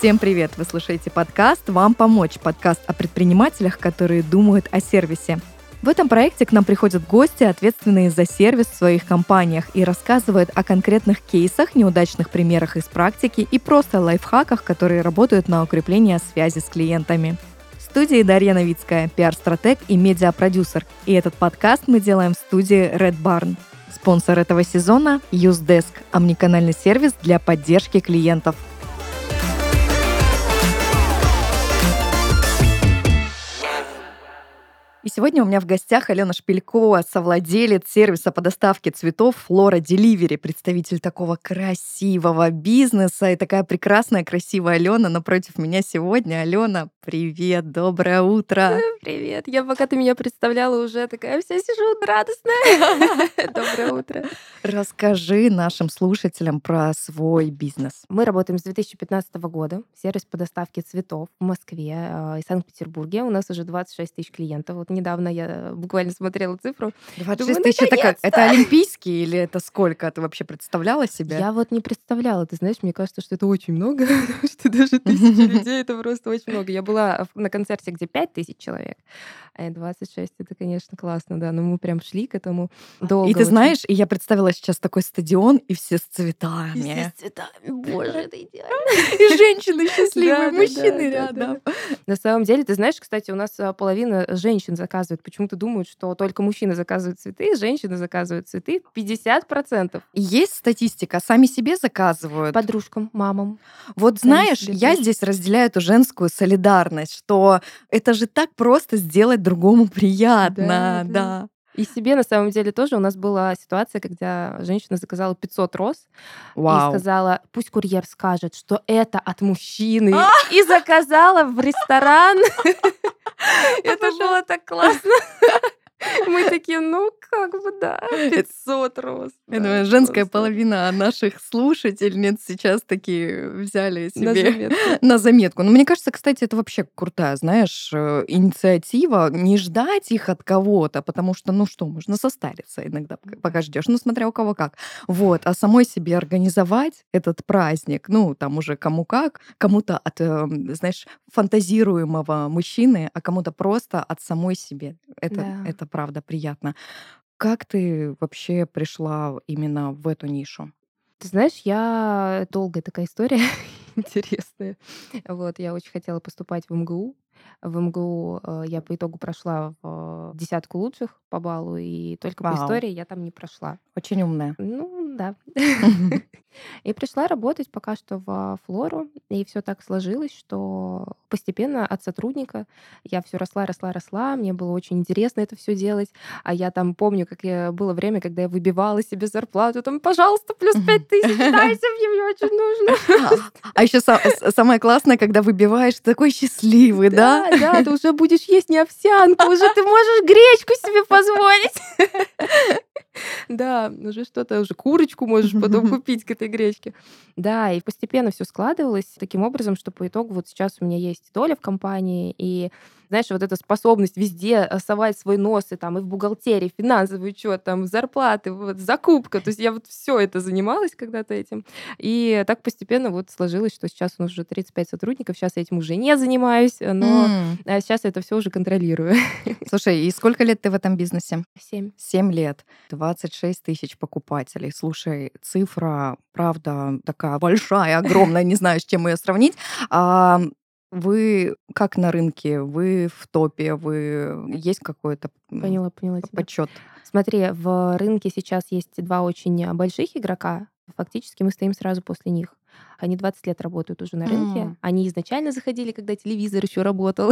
Всем привет! Вы слушаете подкаст «Вам помочь» — подкаст о предпринимателях, которые думают о сервисе. В этом проекте к нам приходят гости, ответственные за сервис в своих компаниях, и рассказывают о конкретных кейсах, неудачных примерах из практики и просто лайфхаках, которые работают на укрепление связи с клиентами. В студии Дарья Новицкая, пиар-стратег и медиапродюсер. И этот подкаст мы делаем в студии Red Barn. Спонсор этого сезона — Usedesk, омниканальный сервис для поддержки клиентов. И сегодня у меня в гостях Алена Шпилькова, совладелец сервиса по доставке цветов Flora Delivery, представитель такого красивого бизнеса и такая прекрасная, красивая Алена напротив меня сегодня. Алена, привет, доброе утро. Привет. Я пока ты меня представляла, уже такая вся сижу радостная. Доброе утро. Расскажи нашим слушателям про свой бизнес. Мы работаем с 2015 года. Сервис по доставке цветов в Москве и Санкт-Петербурге. У нас уже 26 тысяч клиентов. Вот недавно я буквально смотрела цифру. 26 тысяч — это олимпийские или это сколько? Ты вообще представляла себе? Я вот не представляла. Ты знаешь, мне кажется, что это очень много, потому что даже 1000 людей — это просто очень много. Я была на концерте, где 5000 человек, а 26 — это, конечно, классно, да. Но мы прям шли к этому долго. И ты знаешь, и я представила сейчас такой стадион, и все с И цветами. все с цветами. Боже, это идеально. И женщины счастливые, Да, мужчины да. рядом. На самом деле, ты знаешь, кстати, у нас половина женщин заказывает. Почему-то думают, что только мужчины заказывают цветы, женщины заказывают цветы. 50%. Есть статистика, сами себе заказывают. Подружкам, мамам. Вот сами знаешь, себе я тоже. здесь разделяю эту женскую солидарность, что это же так просто сделать другому приятно, Да. да. И себе, на самом деле, тоже у нас была ситуация, когда женщина заказала 500 роз и Вау. сказала, пусть курьер скажет, что это от мужчины. И заказала в ресторан. Это было так классно. Мы такие, ну, как бы, да, 500 роз. Я Да, думаю, женская просто половина наших слушательниц сейчас такие взяли на себе заметку. на заметку. Но мне кажется, кстати, это вообще крутая, знаешь, инициатива. Не ждать их от кого-то, потому что, ну что, можно состариться иногда, пока ждешь, ну смотря у кого как. Вот, а самой себе организовать этот праздник, ну там уже кому как, кому-то от, знаешь, фантазируемого мужчины, а кому-то просто от самой себе. Да. Это правда приятно. Как ты вообще пришла именно в эту нишу? Ты знаешь, я долгая такая история интересная. Вот, я очень хотела поступать в МГУ. В МГУ я по итогу прошла в десятку лучших по баллу, и только по Вау, истории я там не прошла. очень умная. Ну, да. И пришла работать пока что во Флору, и все так сложилось, что постепенно от сотрудника я все росла, мне было очень интересно это все делать. А я там помню, было время, когда я выбивала себе зарплату, там, пожалуйста, плюс 5000 дайте мне очень нужно. А еще самое классное, когда выбиваешь, ты такой счастливый, да? Да, ты уже будешь есть не овсянку, уже ты можешь гречку себе позволить. Да, уже что-то, уже курочку можешь потом купить к этой гречке. Да, и постепенно все складывалось таким образом, что по итогу вот сейчас у меня есть доля в компании, и знаешь, вот эта способность везде совать свой нос и там и в бухгалтерии, финансовый учет, там зарплаты, вот закупка. То есть я вот все это занималась когда-то этим. И так постепенно вот сложилось, что сейчас у нас уже 35 сотрудников. Сейчас я этим уже не занимаюсь, но сейчас я это все уже контролирую. Слушай, и сколько лет ты в этом бизнесе? 7. 7 лет, 26 тысяч покупателей. Слушай, цифра, правда, такая большая, огромная, не знаю, с чем ее сравнить. А вы как на рынке? Вы в топе? Есть какой-то Поняла тебя. подсчет? Смотри, в рынке сейчас есть 2 очень больших игрока. Фактически мы стоим сразу после них. Они 20 лет работают уже на рынке. Они изначально заходили, когда телевизор еще работал,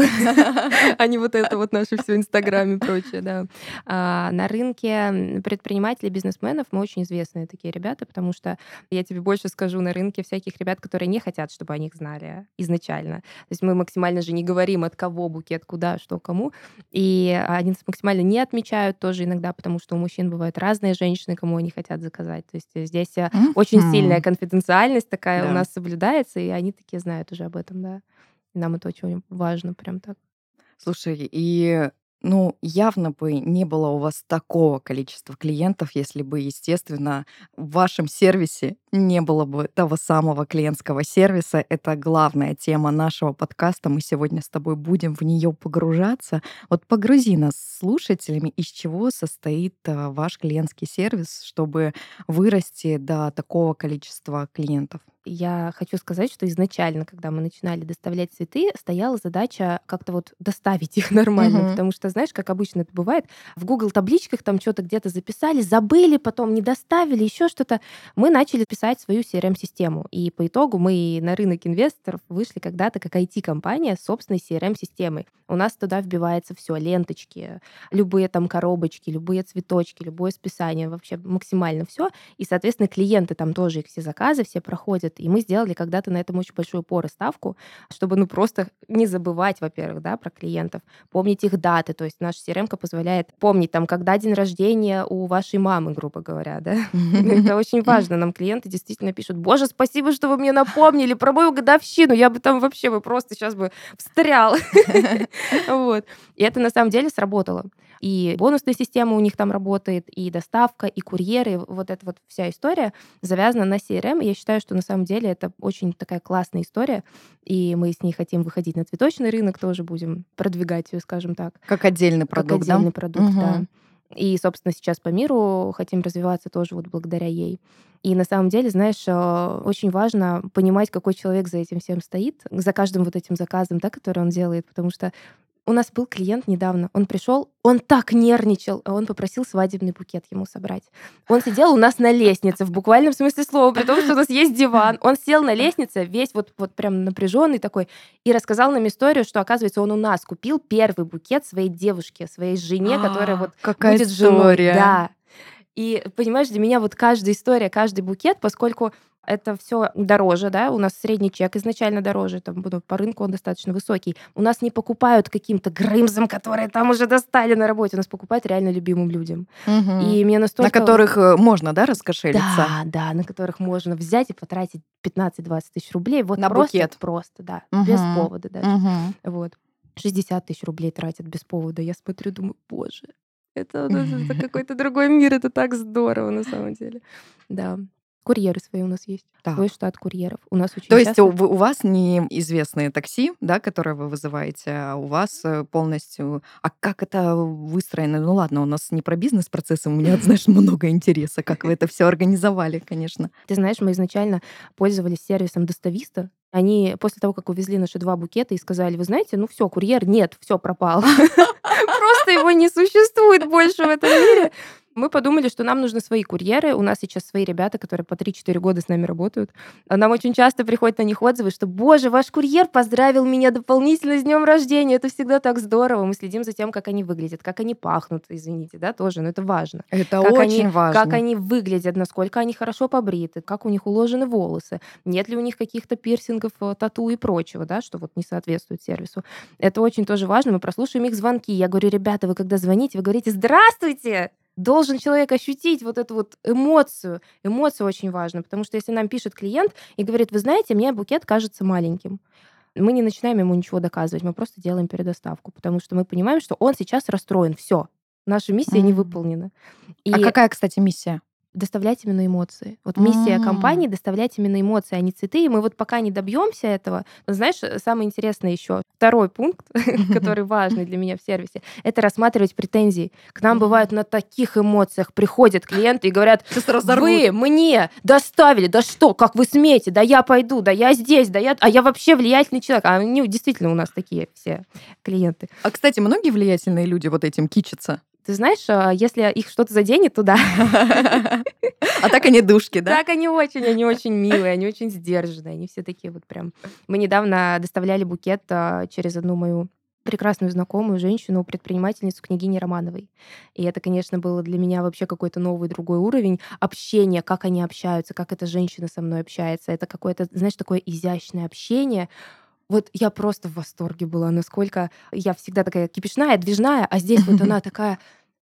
а не вот это вот наше все Инстаграм и прочее, да. На рынке предпринимателей, бизнесменов мы очень известные такие ребята, потому что, я тебе больше скажу, на рынке всяких ребят, которые не хотят, чтобы о них знали изначально. То есть мы максимально же не говорим, от кого букет, куда, что, кому. И они нас максимально не отмечают тоже иногда, потому что у мужчин бывают разные женщины, кому они хотят заказать. То есть здесь очень сильная конфиденциальность такая у нас соблюдается, и они такие знают уже об этом, да. И нам это очень важно, прям так. Слушай, и ну, явно бы не было у вас такого количества клиентов, если бы, естественно, в вашем сервисе Не было бы того самого клиентского сервиса. Это главная тема нашего подкаста. Мы сегодня с тобой будем в нее погружаться. Вот погрузи нас с слушателями, из чего состоит ваш клиентский сервис, чтобы вырасти до такого количества клиентов. Я хочу сказать, что изначально, когда мы начинали доставлять цветы, стояла задача как-то вот доставить их нормально, Мгм. потому что, знаешь, как обычно это бывает, в Google табличках там что-то где-то записали, забыли, потом не доставили, еще что-то. Мы начали писать свою CRM-систему, и по итогу мы на рынок инвесторов вышли когда-то как IT-компания с собственной CRM-системой. У нас туда вбивается все: ленточки, любые там коробочки, любые цветочки, любое списание, вообще максимально все. И, соответственно, клиенты там тоже, их все заказы все проходят. И мы сделали когда-то на этом очень большой упор и ставку, чтобы, ну, просто не забывать, во-первых, да, про клиентов, помнить их даты. То есть наша CRM-ка позволяет помнить, там, когда день рождения у вашей мамы, грубо говоря, да. Это очень важно. Нам клиенты действительно пишут: «Боже, спасибо, что вы мне напомнили про мою годовщину. Я бы там вообще бы просто сейчас бы встрял». Вот. И это на самом деле сработало. И бонусная система у них там работает, и доставка, и курьеры. Вот эта вот вся история завязана на CRM. И я считаю, что на самом деле это очень такая классная история. И мы с ней хотим выходить на цветочный рынок, тоже будем продвигать ее, скажем так. Как отдельный Как продукт, да? отдельный продукт, да. Мгм. И, собственно, сейчас по миру хотим развиваться тоже вот благодаря ей. И на самом деле, знаешь, очень важно понимать, какой человек за этим всем стоит, за каждым вот этим заказом, да, который он делает, потому что у нас был клиент недавно, он пришел, он так нервничал, а он попросил свадебный букет ему собрать. Он сидел у нас на лестнице, в буквальном смысле слова, при том, что у нас есть диван. Он сел на лестнице, весь вот прям напряженный такой, и рассказал нам историю, что, оказывается, он у нас купил первый букет своей девушке, своей жене, которая вот Какая будет женой. история. Да. И понимаешь, для меня вот каждая история, каждый букет, поскольку это все дороже, да, у нас средний чек изначально дороже, там, ну, по рынку он достаточно высокий. У нас не покупают каким-то грымзам, которые там уже достали на работе, у нас покупают реально любимым людям. Мгм. И мне На настолько... которых можно, да, раскошелиться? Да, да, на которых можно взять и потратить 15-20 тысяч рублей. Вот На просто, букет. просто, да, без Мгм. повода даже. Мгм. Вот. 60 тысяч рублей тратят без повода. Я смотрю, думаю, боже, это у нас это какой-то другой мир, это так здорово на самом деле. Да. Курьеры свои у нас есть. Свой Так. штат курьеров. У нас То очень есть часто... у вас не известные такси, да, которые вы вызываете, а у вас полностью... А как это выстроено? Ну ладно, у нас не про бизнес-процессы, у меня, знаешь, много интереса, как вы это все организовали, конечно. Ты знаешь, мы изначально пользовались сервисом достависта. Они после того, как увезли наши 2 букета и сказали: «Вы знаете, ну все, курьер нет, все пропал». Просто его не существует больше в этом мире. Мы подумали, что нам нужны свои курьеры. У нас сейчас свои ребята, которые по 3-4 года с нами работают. А нам очень часто приходят на них отзывы, что: «Боже, ваш курьер поздравил меня дополнительно с днем рождения». Это всегда так здорово. Мы следим за тем, как они выглядят, как они пахнут, извините, да, тоже, но это важно. Это Как очень как важно. они выглядят, насколько они хорошо побриты, как у них уложены волосы, нет ли у них каких-то пирсингов, тату и прочего, да, что вот не соответствует сервису. Это очень тоже важно. Мы прослушиваем их звонки. Я говорю: «Ребята, вы когда звоните, вы говорите: здравствуйте!» Должен человек ощутить вот эту вот эмоцию. Эмоция очень важна, потому что если нам пишет клиент и говорит: «Вы знаете, мне букет кажется маленьким», мы не начинаем ему ничего доказывать, мы просто делаем передоставку, потому что мы понимаем, что он сейчас расстроен. Все, наша миссия не М. выполнена. А И какая, кстати, миссия? доставлять именно эмоции. Вот миссия компании — доставлять именно эмоции, а не цветы. И мы вот пока не добьемся этого. Но знаешь, самое интересное еще, второй пункт, который важный для меня в сервисе, это рассматривать претензии. К нам бывают на таких эмоциях приходят клиенты и говорят: Сейчас разорвут. «Вы мне доставили, да что, как вы смеете, да я пойду, да я здесь, а я вообще влиятельный человек». А они действительно у нас такие все клиенты. А, кстати, многие влиятельные люди вот этим кичатся? Ты знаешь, если их что-то заденет, то да. А так они душки, да? Так, они очень милые, они очень сдержанные, они все такие вот прям. Мы недавно доставляли букет через одну мою прекрасную знакомую женщину, предпринимательницу, княгини Романовой. И это, конечно, было для меня вообще какой-то новый другой уровень общения, как они общаются, как эта женщина со мной общается. Это какое-то, знаешь, такое изящное общение. Вот я просто в восторге была, насколько я всегда такая кипишная, движная, а здесь вот она такая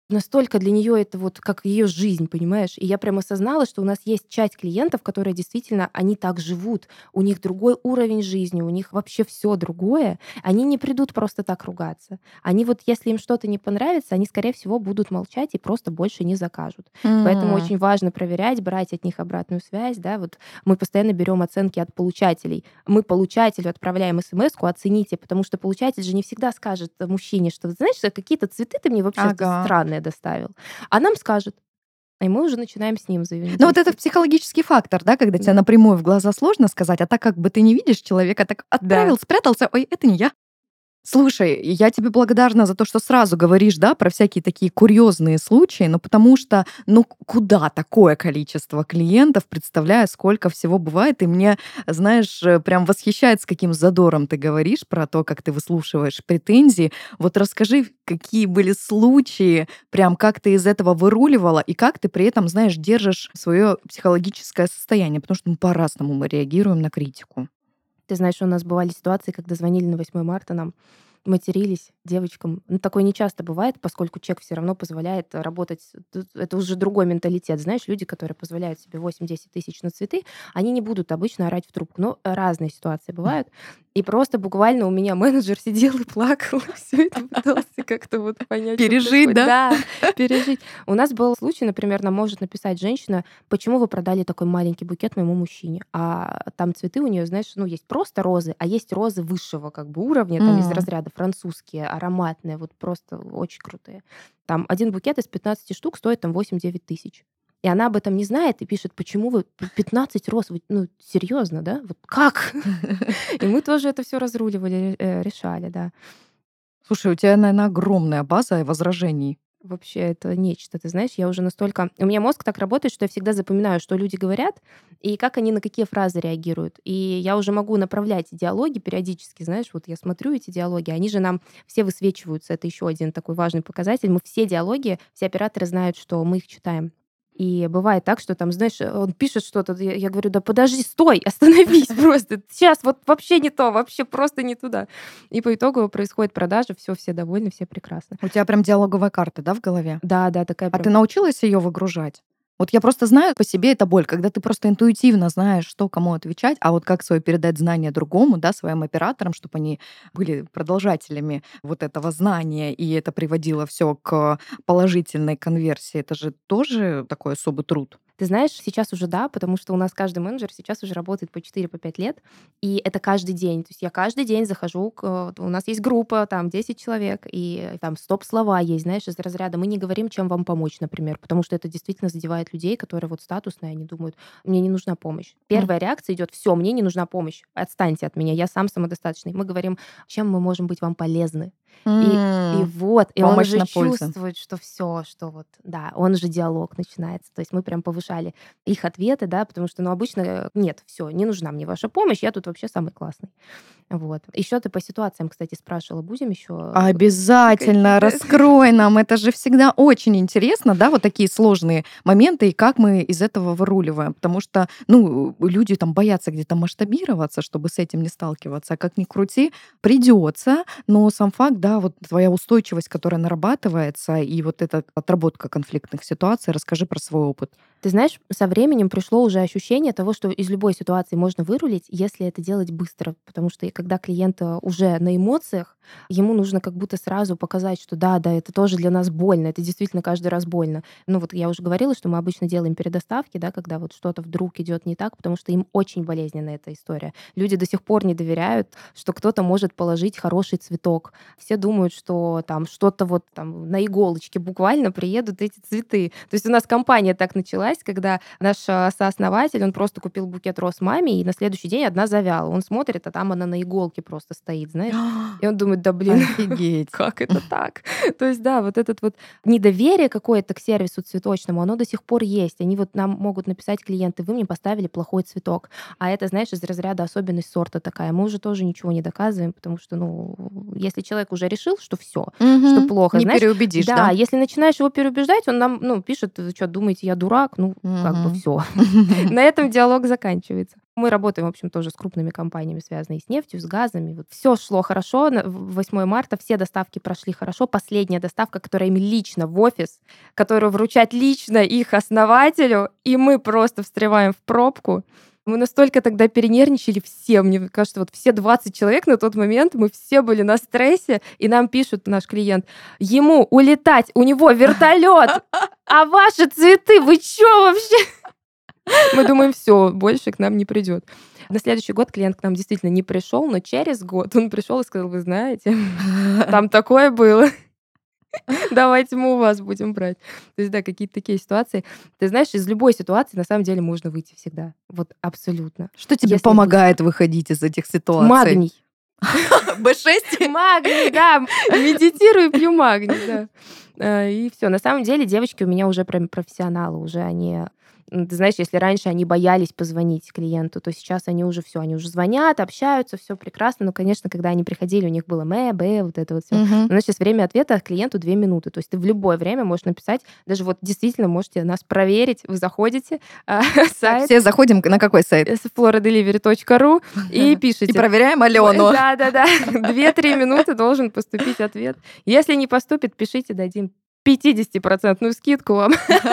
настолько для нее это вот как ее жизнь, понимаешь? И я прям осознала, что у нас есть часть клиентов, которые действительно, они так живут, у них другой уровень жизни, у них вообще все другое. Они не придут просто так ругаться. Они вот, если им что-то не понравится, они, скорее всего, будут молчать и просто больше не закажут. Поэтому М. очень важно проверять, брать от них обратную связь, да, вот мы постоянно берем оценки от получателей. Мы получателю отправляем смс-ку, оцените, потому что получатель же не всегда скажет мужчине, что, знаешь, какие-то цветы ты мне вообще Ага. странные доставил. А нам скажет, и мы уже начинаем с ним Ну, вот это взаимодействовать. психологический фактор, да, когда тебе Да. напрямую в глаза сложно сказать, а так как бы ты не видишь человека, так Да. отправил, спрятался, ой, это не я. Слушай, я тебе благодарна за то, что сразу говоришь, да, про всякие такие курьезные случаи, но потому что, ну, куда такое количество клиентов, представляю, сколько всего бывает, и мне, знаешь, прям восхищает, с каким задором ты говоришь про то, как ты выслушиваешь претензии. Вот расскажи, какие были случаи, прям как ты из этого выруливала, и как ты при этом, знаешь, держишь свое психологическое состояние, потому что, ну, по-разному мы реагируем на критику. Ты знаешь, у нас бывали ситуации, когда звонили на 8 марта нам, матерились девочкам. Ну, такое не часто бывает, поскольку чек все равно позволяет работать. Тут это уже другой менталитет. Знаешь, люди, которые позволяют себе 8-10 тысяч на цветы, они не будут обычно орать в трубку. Но разные ситуации бывают. И просто буквально у меня менеджер сидел и плакал. Все это пытался как-то вот понять, что Пережить, происходит. да? Да, пережить. У нас был случай, например, нам может написать женщина, почему вы продали такой маленький букет моему мужчине. А там цветы у нее, знаешь, ну, есть просто розы, а есть розы высшего как бы уровня, там из М. разряда французские, ароматные, вот просто очень крутые. Там один букет из 15 штук стоит там 8-9 тысяч. И она об этом не знает и пишет, почему вы 15 роз, вы, ну, серьезно, да? Вот как? И мы тоже это все разруливали, решали, да. Слушай, у тебя, наверное, огромная база возражений. Вообще это нечто. Ты знаешь, я уже настолько... У меня мозг так работает, что я всегда запоминаю, что люди говорят и как они на какие фразы реагируют. И я уже могу направлять диалоги периодически. Знаешь, вот я смотрю эти диалоги, они же нам все высвечиваются. Это еще один такой важный показатель. Мы все диалоги, все операторы знают, что мы их читаем. И бывает так, что там, знаешь, он пишет что-то, я говорю, да подожди, стой, остановись просто. Сейчас вот вообще не то, вообще просто не туда. И по итогу происходит продажа, все довольны, все прекрасно. У тебя прям диалоговая карта, да, в голове? Да, да, такая А ты прям. научилась ее выгружать? Вот я просто знаю по себе это боль, когда ты просто интуитивно знаешь, что кому отвечать, а вот как свое передать знание другому, да, своим операторам, чтобы они были продолжателями вот этого знания, и это приводило все к положительной конверсии. Это же тоже такой особый труд. Ты знаешь, сейчас уже да, потому что у нас каждый менеджер сейчас уже работает по 4-5 лет, и это каждый день. То есть я каждый день захожу, у нас есть группа, там 10 человек, и там стоп-слова есть, знаешь, из разряда «мы не говорим, чем вам помочь», например, потому что это действительно задевает людей, которые вот статусные, они думают, мне не нужна помощь. М. Первая реакция идет, все, мне не нужна помощь, отстаньте от меня, я сам самодостаточный. Мы говорим, чем мы можем быть вам полезны. И М. вот, и он Помощь уже на пользу. чувствует, что все, что вот, да, он уже диалог начинается. То есть мы прям повышали их ответы, да, потому что, ну, обычно нет, все, не нужна мне ваша помощь, я тут вообще самый классный. Вот. Еще ты по ситуациям, кстати, спрашивала, будем еще Обязательно какие-то... раскрой нам. Это же всегда очень интересно, да, вот такие сложные моменты, и как мы из этого выруливаем. Потому что, ну, люди там боятся где-то масштабироваться, чтобы с этим не сталкиваться. А как ни крути, придется. Но сам факт, да, вот твоя устойчивость, которая нарабатывается, и вот эта отработка конфликтных ситуаций, расскажи про свой опыт. Ты знаешь, со временем пришло уже ощущение того, что из любой ситуации можно вырулить, если это делать быстро. Потому что когда клиент уже на эмоциях, ему нужно как будто сразу показать, что да, да, это тоже для нас больно, это действительно каждый раз больно. Ну вот я уже говорила, что мы обычно делаем передоставки, да, когда вот что-то вдруг идет не так, потому что им очень болезненна эта история. Люди до сих пор не доверяют, что кто-то может положить хороший цветок. Все думают, что там что-то вот там на иголочке буквально приедут эти цветы. То есть у нас компания так началась, когда наш сооснователь, он просто купил букет роз маме, и на следующий день одна завяла. Он смотрит, а там она на иголке просто стоит, знаешь. И он думает, да блин, Офигеть. как это так? То есть, да, вот этот вот недоверие какое-то к сервису цветочному, оно до сих пор есть. Они вот нам могут написать клиенты, вы мне поставили плохой цветок. А это, знаешь, из разряда особенность сорта такая. Мы уже тоже ничего не доказываем, потому что, ну, если человек уже решил, что все, что Мгм. плохо, Не знаешь, переубедишь, да, да? если начинаешь его переубеждать, он нам, ну, пишет, вы что, думаете, я дурак? Ну, как бы Мгм. все. На этом диалог заканчивается. Мы работаем, в общем, тоже с крупными компаниями, связанными с нефтью, с газами. Вот все шло хорошо. 8 марта все доставки прошли хорошо. Последняя доставка, которая им лично в офис, которую вручать лично их основателю, и мы просто встреваем в пробку. Мы настолько тогда перенервничали все, мне кажется, вот все 20 человек на тот момент, мы все были на стрессе, и нам пишут наш клиент: ему улетать, у него вертолет, а ваши цветы, вы чё вообще? Мы думаем, все, больше к нам не придет. На следующий год клиент к нам действительно не пришел, но через год он пришел и сказал: вы знаете, там такое было. Давайте мы у вас будем брать. То есть, да, какие-то такие ситуации. Ты знаешь, из любой ситуации на самом деле можно выйти всегда. Вот абсолютно. Что тебе Если помогает выходить из этих ситуаций? Магний. B6? Магний, да. Медитирую, пью магний, да. И все. На самом деле девочки у меня уже прям профессионалы, уже они... Ты знаешь, если раньше они боялись позвонить клиенту, то сейчас они уже все, они уже звонят, общаются, все прекрасно. Но, конечно, когда они приходили, у них было вот это вот все. У нас сейчас время ответа клиенту 2 минуты. То есть ты в любое время можешь написать, даже вот действительно можете нас проверить. Вы заходите сайт. Все заходим на какой сайт? floradelivery.ru и пишите. И проверяем Алену. Да. 2-3 минуты должен поступить ответ. Если не поступит, пишите, дадим 50% скидку вам.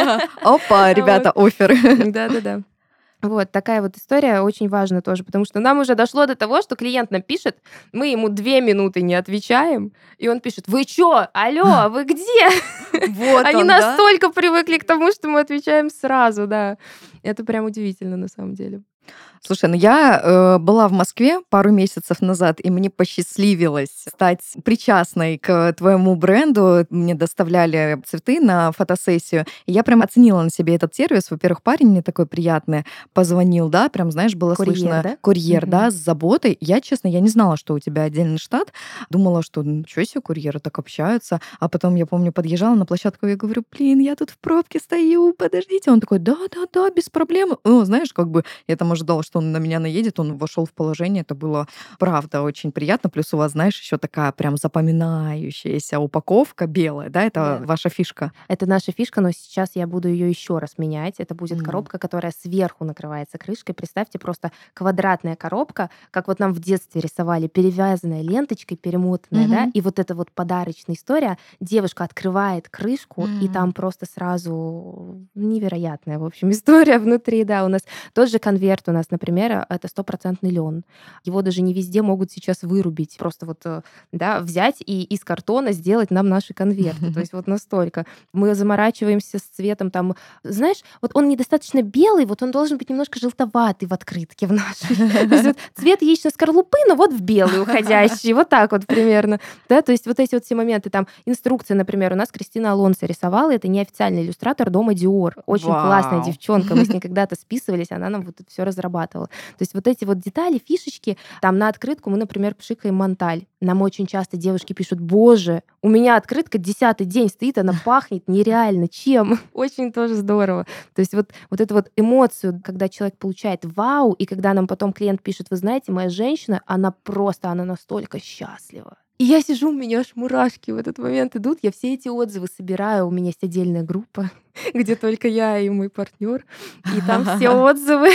Опа, ребята, оферы. Да. Вот такая вот история очень важна тоже, потому что нам уже дошло до того, что клиент нам пишет, мы ему 2 минуты не отвечаем, и он пишет: вы чё? Алло, вы где? Вот Они он, да? настолько привыкли к тому, что мы отвечаем сразу, да. Это прям удивительно на самом деле. Слушай, ну я была в Москве пару месяцев назад, и мне посчастливилось стать причастной к твоему бренду. Мне доставляли цветы на фотосессию, и я прям оценила на себе этот сервис. Во-первых, парень мне такой приятный позвонил, да, прям, знаешь, было Курьер, слышно да? курьер, да, с заботой. Я, честно, я не знала, что у тебя отдельный штат. Думала, что ничего себе, курьеры так общаются. А потом, я помню, подъезжала на площадку, и говорю: блин, я тут в пробке стою, подождите. Он такой: да, без проблем. Ну, знаешь, как бы я там ожидала, что он на меня наедет, он вошел в положение, это было, правда, очень приятно. Плюс у вас, знаешь, еще такая прям запоминающаяся упаковка белая, да, это ваша фишка. Это наша фишка, но сейчас я буду ее еще раз менять. Это будет коробка, которая сверху накрывается крышкой. Представьте, просто квадратная коробка, как вот нам в детстве рисовали, перевязанная ленточкой, перемотанная, да, и вот эта вот подарочная история. Девушка открывает крышку, и там просто сразу невероятная, в общем, история внутри, да. У нас тот же конверт у нас, например, это 100% лен. Его даже не везде могут сейчас вырубить. Просто вот, да, взять и из картона сделать нам наши конверты. То есть вот настолько. Мы заморачиваемся с цветом там. Знаешь, вот он недостаточно белый, вот он должен быть немножко желтоватый в открытке в нашей. То есть вот цвет яичной скорлупы, но вот в белый уходящий. Вот так вот примерно. Да, то есть вот эти вот все моменты. Там инструкция, например, у нас Кристина Алонсо рисовала. Это неофициальный иллюстратор дома Диор. Очень классная девчонка. Мы с ней когда-то списывались, она нам вот это все разрабатывала. То есть вот эти вот детали, фишечки, там на открытку мы, например, пшикаем Монталь. Нам очень часто девушки пишут: боже, у меня открытка 10-й день стоит, она пахнет нереально. Чем? Очень тоже здорово. То есть вот эту вот эмоцию, когда человек получает вау, и когда нам потом клиент пишет: вы знаете, моя женщина, она настолько счастлива. И я сижу, у меня аж мурашки в этот момент идут. Я все эти отзывы собираю. У меня есть отдельная группа, где только я и мой партнер. И там все отзывы.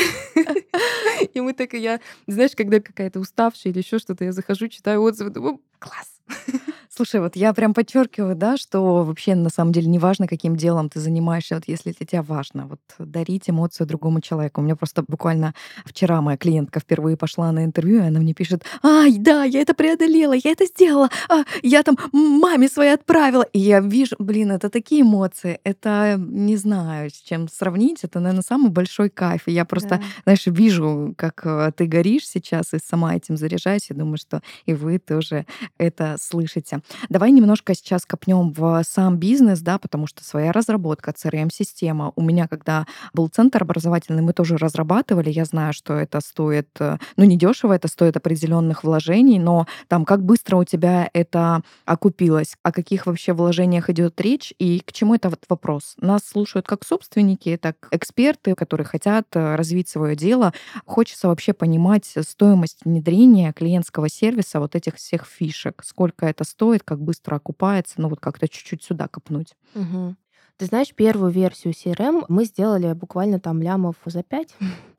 И мы так, и я, знаешь, когда какая-то уставшая или еще что-то, я захожу, читаю отзывы, думаю: класс. Слушай, вот я прям подчеркиваю, да, что вообще на самом деле не важно, каким делом ты занимаешься, вот если для тебя важно вот дарить эмоцию другому человеку. У меня просто буквально вчера моя клиентка впервые пошла на интервью, и она мне пишет: ай, да, я это преодолела, я это сделала, я там маме своей отправила. И я вижу, блин, это такие эмоции, это не знаю, с чем сравнить, это, наверное, самый большой кайф. И я просто, знаешь, вижу, как ты горишь сейчас, и сама этим заряжаюсь, и думаю, что и вы тоже это слышите. Давай немножко сейчас копнем в сам бизнес, да, потому что своя разработка, CRM-система. У меня, когда был центр образовательный, мы тоже разрабатывали. Я знаю, что это стоит, ну, недешево, это стоит определенных вложений, но там как быстро у тебя это окупилось? О каких вообще вложениях идет речь и к чему это вот вопрос? Нас слушают как собственники, так эксперты, которые хотят развить свое дело. Хочется вообще понимать стоимость внедрения клиентского сервиса, вот этих всех фишек. Сколько это стоит, как быстро окупается, ну вот как-то чуть-чуть сюда копнуть. Ты знаешь, первую версию CRM мы сделали буквально там лямов за 5.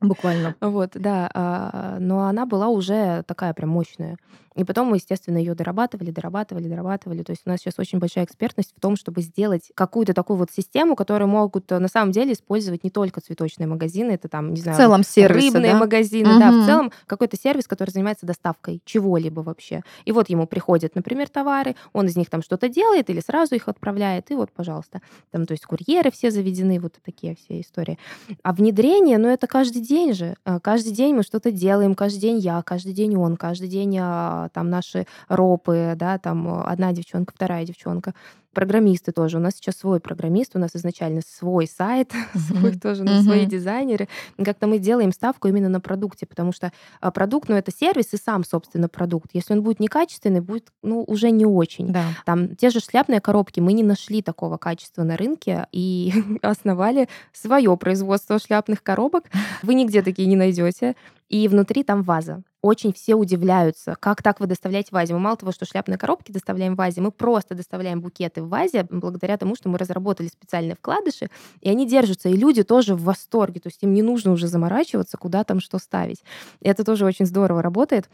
Буквально. Вот, да. Но она была уже такая прям мощная. И потом мы, естественно, ее дорабатывали. То есть у нас сейчас очень большая экспертность в том, чтобы сделать какую-то такую вот систему, которую могут на самом деле использовать не только цветочные магазины, это там, не В знаю, целом сервисы, рыбные да? магазины, да, в Мгм. целом какой-то сервис, который занимается доставкой чего-либо вообще. И вот ему приходят, например, товары, он из них там что-то делает или сразу их отправляет, и вот, пожалуйста. Там, то есть курьеры все заведены, вот такие все истории. А внедрение, ну, это каждый день же. Каждый день мы что-то делаем, каждый день я, каждый день он, каждый день там наши ропы, да, там одна девчонка, вторая девчонка. Программисты тоже. У нас сейчас свой программист, у нас изначально свой сайт, свой Мгм. тоже, ну, свои Мгм. дизайнеры. И как-то мы делаем ставку именно на продукте, потому что продукт, ну, это сервис и сам, собственно, продукт. Если он будет некачественный, будет, ну, уже не очень. Да. Там те же шляпные коробки, мы не нашли такого качества на рынке и основали свое производство шляпных коробок. Вы нигде такие не найдете. И внутри там ваза. Очень все удивляются, как так вы доставляете в вазе. Мы мало того, что шляпные коробки доставляем в вазе, мы просто доставляем букеты в вазе благодаря тому, что мы разработали специальные вкладыши, и они держатся. И люди тоже в восторге. То есть им не нужно уже заморачиваться, куда там что ставить. И это тоже очень здорово работает.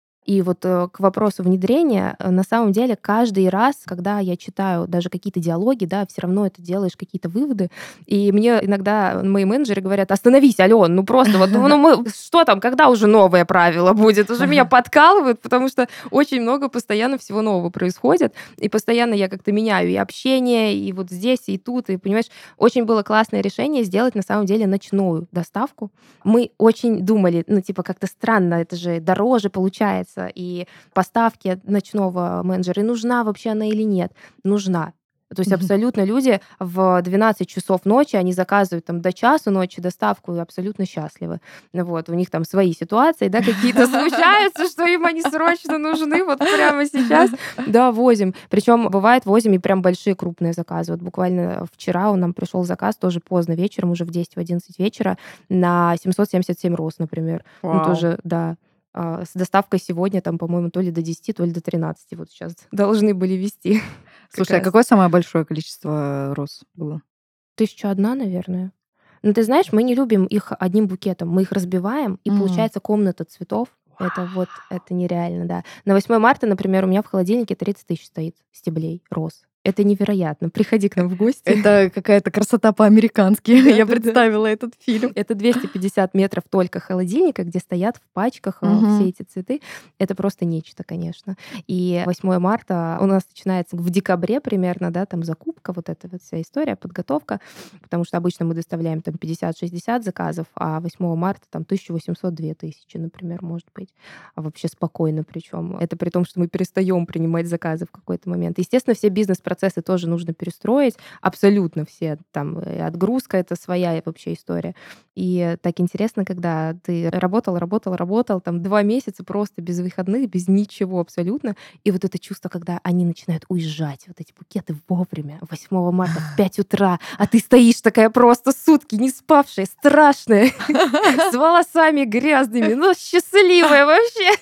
И вот к вопросу внедрения, на самом деле каждый раз, когда я читаю даже какие-то диалоги, да, все равно это делаешь какие-то выводы. И мне иногда мои менеджеры говорят: остановись, Алён, ну просто вот, ну мы, что там, когда уже новое правило будет? Уже меня подкалывают, потому что очень много постоянно всего нового происходит. И постоянно я как-то меняю и общение, и вот здесь, и тут. И, понимаешь, очень было классное решение сделать на самом деле ночную доставку. Мы очень думали, ну типа как-то странно, это же дороже получается, и поставки ночного менеджера, и нужна вообще она или нет? Нужна. То есть абсолютно люди в 12 часов ночи, они заказывают там до часу ночи доставку и абсолютно счастливы. Вот, у них там свои ситуации, да, какие-то случаются, что им они срочно нужны вот прямо сейчас. Да, возим. Причем бывает возим и прям большие крупные заказы. Вот буквально вчера нам пришел заказ тоже поздно вечером, уже в 10-11 вечера на 777 роз, например. Ну Вау. тоже, да. С доставкой сегодня там, по-моему, то ли до 10, то ли до 13 вот сейчас должны были везти. Как Слушай, а раз. какое самое большое количество роз было? 1001, наверное. Но ты знаешь, мы не любим их одним букетом. Мы их разбиваем, и М. получается комната цветов. Это вот, это нереально, да. На 8 марта, например, у меня в холодильнике 30 тысяч стоит стеблей роз. Это невероятно. Приходи к нам в гости. Это какая-то красота по-американски. Я Да-да-да. представила этот фильм. Это 250 метров только холодильника, где стоят в пачках все Мгм. эти цветы. Это просто нечто, конечно. И 8 марта у нас начинается в декабре примерно, да, там закупка, вот эта вот вся история, подготовка, потому что обычно мы доставляем там 50-60 заказов, а 8 марта там 1800-2000, например, может быть. А вообще спокойно причем. Это при том, что мы перестаем принимать заказы в какой-то момент. Естественно, все бизнес-процессы тоже нужно перестроить, абсолютно все. Там отгрузка — это своя вообще история. И так интересно, когда ты работал, там 2 месяца просто без выходных, без ничего абсолютно. И вот это чувство, когда они начинают уезжать, вот эти букеты вовремя, 8 марта в 5 утра, а ты стоишь такая просто сутки не спавшая, страшная, с волосами грязными, но счастливая вообще.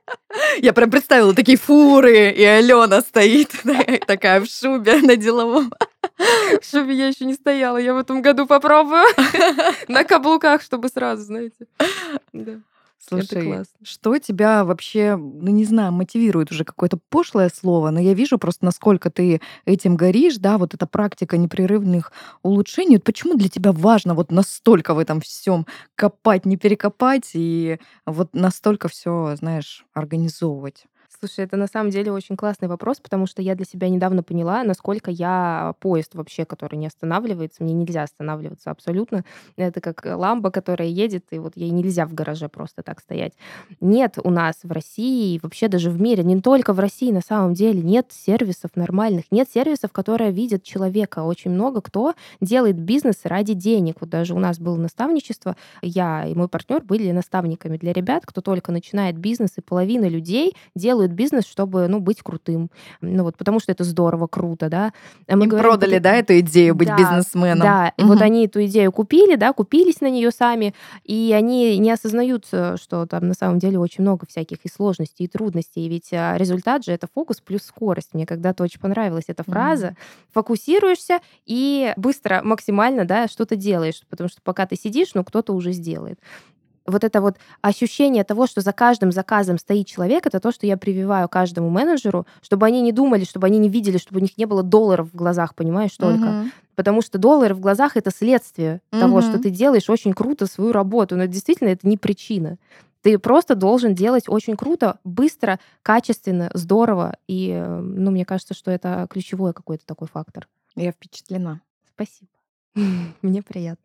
Я прям представила такие фуры, и Алена стоит такая в шубе на деловом. Чтобы я еще не стояла, я в этом году попробую на каблуках, чтобы сразу, знаете. Да, это Слушай, классно. что тебя вообще, ну не знаю, мотивирует уже какое-то пошлое слово, но я вижу просто, насколько ты этим горишь, да, вот эта практика непрерывных улучшений. Вот почему для тебя важно вот настолько в этом всем копать, не перекопать и вот настолько все, знаешь, организовывать? Слушай, это на самом деле очень классный вопрос, потому что я для себя недавно поняла, насколько я поезд вообще, который не останавливается. Мне нельзя останавливаться абсолютно. Это как ламба, которая едет, и вот ей нельзя в гараже просто так стоять. Нет у нас в России, и вообще даже в мире, не только в России на самом деле, нет сервисов нормальных, нет сервисов, которые видят человека. Очень много кто делает бизнес ради денег. Вот даже у нас было наставничество, я и мой партнер были наставниками для ребят, кто только начинает бизнес, и половина людей делают бизнес, чтобы, ну, быть крутым. Ну вот, потому что это здорово, круто, да. А мы Им говорим, продали, да, эту идею быть да, бизнесменом? да. И вот Мгм. они эту идею купили, да, купились на нее сами, и они не осознают, что там на самом деле очень много всяких и сложностей, и трудностей. И ведь результат же — это фокус плюс скорость. Мне когда-то очень понравилась эта фраза. М. Фокусируешься и быстро, максимально, да, что-то делаешь, потому что пока ты сидишь, ну, кто-то уже сделает. Вот это вот ощущение того, что за каждым заказом стоит человек, это то, что я прививаю каждому менеджеру, чтобы они не думали, чтобы они не видели, чтобы у них не было долларов в глазах, понимаешь, только. Мгм. Потому что доллары в глазах — это следствие того, что Мгм. ты делаешь очень круто свою работу. Но действительно, это не причина. Ты просто должен делать очень круто, быстро, качественно, здорово. И, мне кажется, что это ключевой какой-то такой фактор. Я впечатлена. Спасибо. Мне приятно.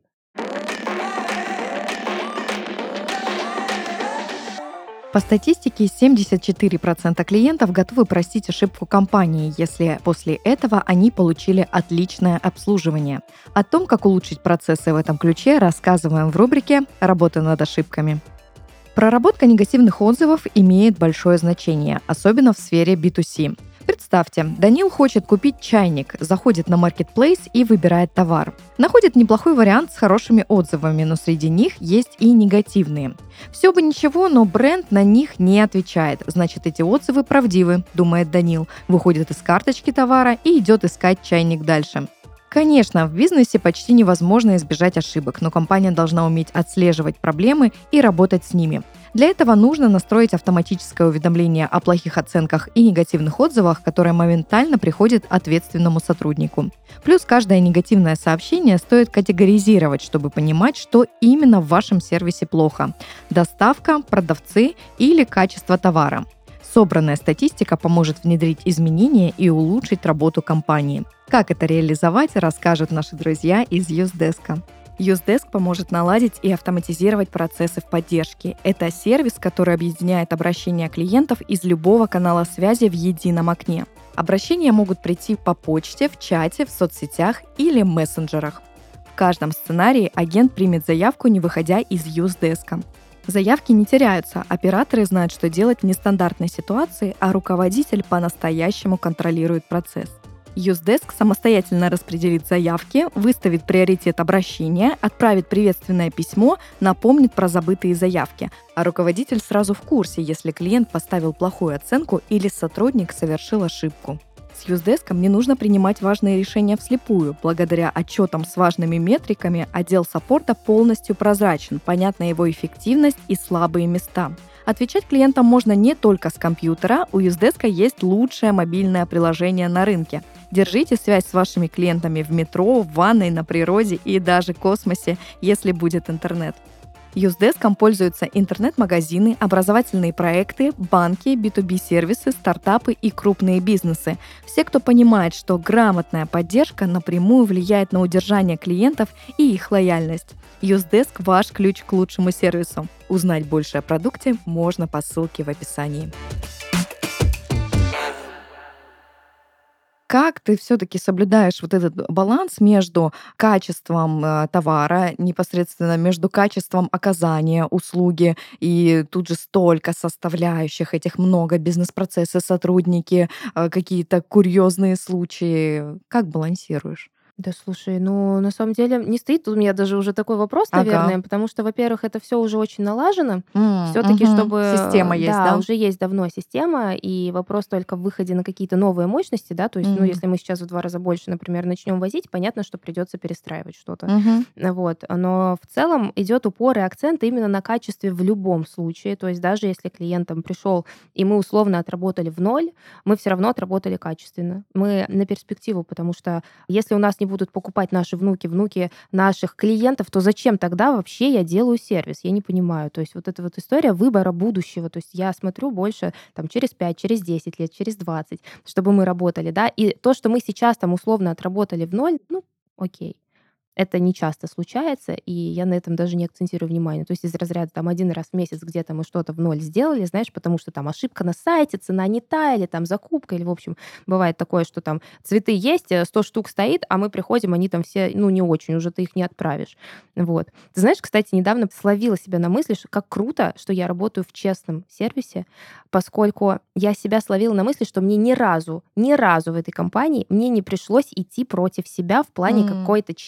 По статистике, 74% клиентов готовы простить ошибку компании, если после этого они получили отличное обслуживание. О том, как улучшить процессы в этом ключе, рассказываем в рубрике «Работа над ошибками». Проработка негативных отзывов имеет большое значение, особенно в сфере B2C. Представьте, Данил хочет купить чайник, заходит на Marketplace и выбирает товар. Находит неплохой вариант с хорошими отзывами, но среди них есть и негативные. Все бы ничего, но бренд на них не отвечает. Значит, эти отзывы правдивы, думает Данил, выходит из карточки товара и идет искать чайник дальше. Конечно, в бизнесе почти невозможно избежать ошибок, но компания должна уметь отслеживать проблемы и работать с ними. Для этого нужно настроить автоматическое уведомление о плохих оценках и негативных отзывах, которое моментально приходит ответственному сотруднику. Плюс каждое негативное сообщение стоит категоризировать, чтобы понимать, что именно в вашем сервисе плохо – доставка, продавцы или качество товара. Собранная статистика поможет внедрить изменения и улучшить работу компании. Как это реализовать, расскажут наши друзья из Юздеска. Юздеск поможет наладить и автоматизировать процессы в поддержке. Это сервис, который объединяет обращения клиентов из любого канала связи в едином окне. Обращения могут прийти по почте, в чате, в соцсетях или мессенджерах. В каждом сценарии агент примет заявку, не выходя из Юздеска. Заявки не теряются, операторы знают, что делать в нестандартной ситуации, а руководитель по-настоящему контролирует процесс. Юздеск самостоятельно распределит заявки, выставит приоритет обращения, отправит приветственное письмо, напомнит про забытые заявки, а руководитель сразу в курсе, если клиент поставил плохую оценку или сотрудник совершил ошибку. С Юздеском не нужно принимать важные решения вслепую. Благодаря отчетам с важными метриками отдел саппорта полностью прозрачен, понятна его эффективность и слабые места. Отвечать клиентам можно не только с компьютера, у Юздеска есть лучшее мобильное приложение на рынке. Держите связь с вашими клиентами в метро, в ванной, на природе и даже в космосе, если будет интернет. Юздеском пользуются интернет-магазины, образовательные проекты, банки, B2B-сервисы, стартапы и крупные бизнесы. Все, кто понимает, что грамотная поддержка напрямую влияет на удержание клиентов и их лояльность. Юздеск – ваш ключ к лучшему сервису. Узнать больше о продукте можно по ссылке в описании. Как ты все-таки соблюдаешь вот этот баланс между качеством товара, непосредственно между качеством оказания услуги, и тут же столько составляющих, этих много, бизнес-процессы, сотрудники, какие-то курьезные случаи. Как балансируешь? Да, слушай, на самом деле не стоит у меня даже уже такой вопрос, Ага. наверное, потому что, во-первых, это все уже очень налажено. Все-таки, чтобы, Система есть, да, да? уже есть давно система, и вопрос только в выходе на какие-то новые мощности, да, то есть, если мы сейчас в 2 раза больше, например, начнем возить, понятно, что придется перестраивать что-то. Мгм. Вот. Но в целом идет упор и акцент именно на качестве в любом случае. То есть даже если клиент там пришел, и мы условно отработали в ноль, мы все равно отработали качественно. Мы на перспективу, потому что если у нас не будут покупать наши внуки наших клиентов, то зачем тогда вообще я делаю сервис? Я не понимаю. То есть вот эта вот история выбора будущего. То есть я смотрю больше там через 5, через 10 лет, через 20, чтобы мы работали, да. И то, что мы сейчас там условно отработали в ноль, окей. Это не часто случается, и я на этом даже не акцентирую внимание. То есть из разряда там 1 раз в месяц где-то мы что-то в ноль сделали, знаешь, потому что там ошибка на сайте, цена не та, или там закупка, или, в общем, бывает такое, что там цветы есть, 100 штук стоит, а мы приходим, они там все, не очень, уже ты их не отправишь. Вот. Ты знаешь, кстати, недавно словила себя на мысли, что как круто, что я работаю в честном сервисе, поскольку я себя словила на мысли, что мне ни разу в этой компании мне не пришлось идти против себя в плане какой-то честности,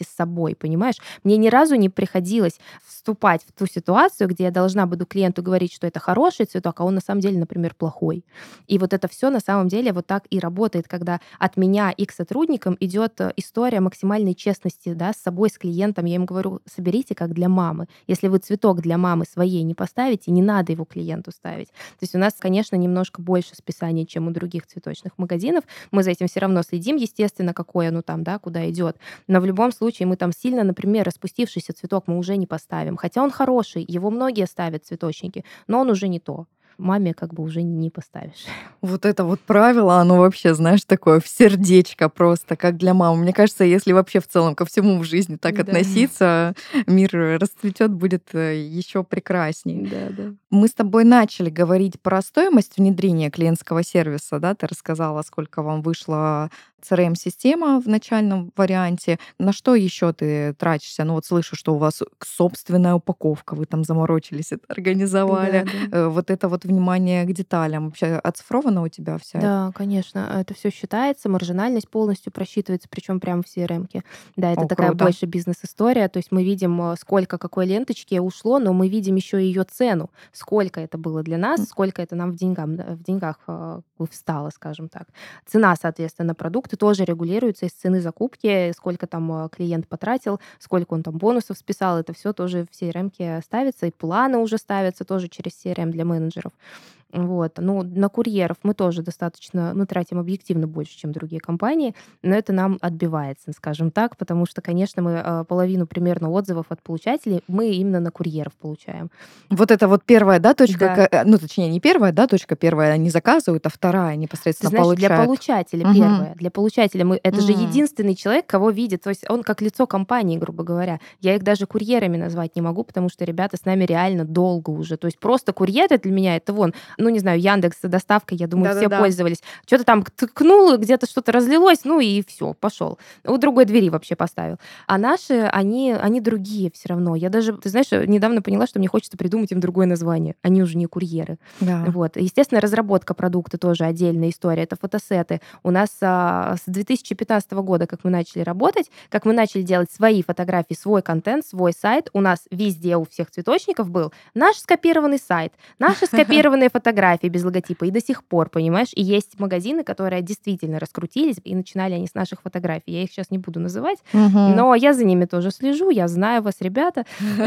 честности с собой, понимаешь? Мне ни разу не приходилось вступать в ту ситуацию, где я должна буду клиенту говорить, что это хороший цветок, а он на самом деле, например, плохой. И вот это все на самом деле вот так и работает, когда от меня и к сотрудникам идет история максимальной честности, да, с собой, с клиентом. Я им говорю, соберите как для мамы. Если вы цветок для мамы своей не поставите, не надо его клиенту ставить. То есть у нас, конечно, немножко больше списания, чем у других цветочных магазинов. Мы за этим все равно следим, естественно, какое оно там, да, куда идет. Но в любом случае мы там сильно, например, распустившийся цветок мы уже не поставим. Хотя он хороший, его многие ставят цветочники, но он уже не то. Маме как бы уже не поставишь. Вот это вот правило, оно вообще, знаешь, такое в сердечко просто, как для мамы. Мне кажется, если вообще в целом ко всему в жизни так Да. относиться, мир расцветет, будет еще прекрасней. Да. Мы с тобой начали говорить про стоимость внедрения клиентского сервиса, да? Ты рассказала, сколько вам вышла CRM-система в начальном варианте. На что еще ты тратишься? Ну вот слышу, что у вас собственная упаковка, вы там заморочились, это организовали. Да. Вот это вот внимание к деталям. Вообще оцифрована у тебя вся эта? Да, конечно, это все считается, маржинальность полностью просчитывается, причем прямо в CRM-ке. Да, это О, такая круто. больше бизнес-история, то есть мы видим, сколько какой ленточки ушло, но мы видим еще ее цену, сколько это было для нас, сколько это нам в деньгах встало, скажем так. Цена, соответственно, продукты тоже регулируется из цены закупки, сколько там клиент потратил, сколько он там бонусов списал, это все тоже в CRM-ке ставится, и планы уже ставятся тоже через CRM для менеджеров. Вот. Ну, на курьеров мы тоже достаточно, ну, тратим объективно больше, чем другие компании, но это нам отбивается, скажем так, потому что, конечно, мы половину примерно отзывов от получателей мы именно на курьеров получаем. Вот это вот первая, да, точка, Да. ну, точнее, не первая, да, точка, первая они заказывают, а вторая Ты непосредственно знаешь, для получают. получателя Мгм. первое. Для получателя это же М. единственный человек, кого видит. То есть он как лицо компании, грубо говоря. Я их даже курьерами назвать не могу, потому что ребята с нами реально долго уже. То есть просто курьеры для меня это вон, ну не знаю, Яндекс доставка, я думаю, все Да-да-да. пользовались. Что-то там ткнул, где-то что-то разлилось, ну и все, пошел. У другой двери вообще поставил. А наши, они другие все равно. Я даже, ты знаешь, недавно поняла, что мне хочется придумать им другое название. Они уже не курьеры. Да. Вот. Естественно, разработка продукта тоже отдельная история. Это фотосеты. У нас с 2015 года, как мы начали работать, как мы начали делать свои фотографии, свой контент, свой сайт, у нас везде у всех цветочников был наш скопированный сайт, наши скопированные фотографии без логотипа. И до сих пор, понимаешь? И есть магазины, которые действительно раскрутились, и начинали они с наших фотографий. Я их сейчас не буду называть, Мгм. но я за ними тоже слежу, я знаю вас, ребята.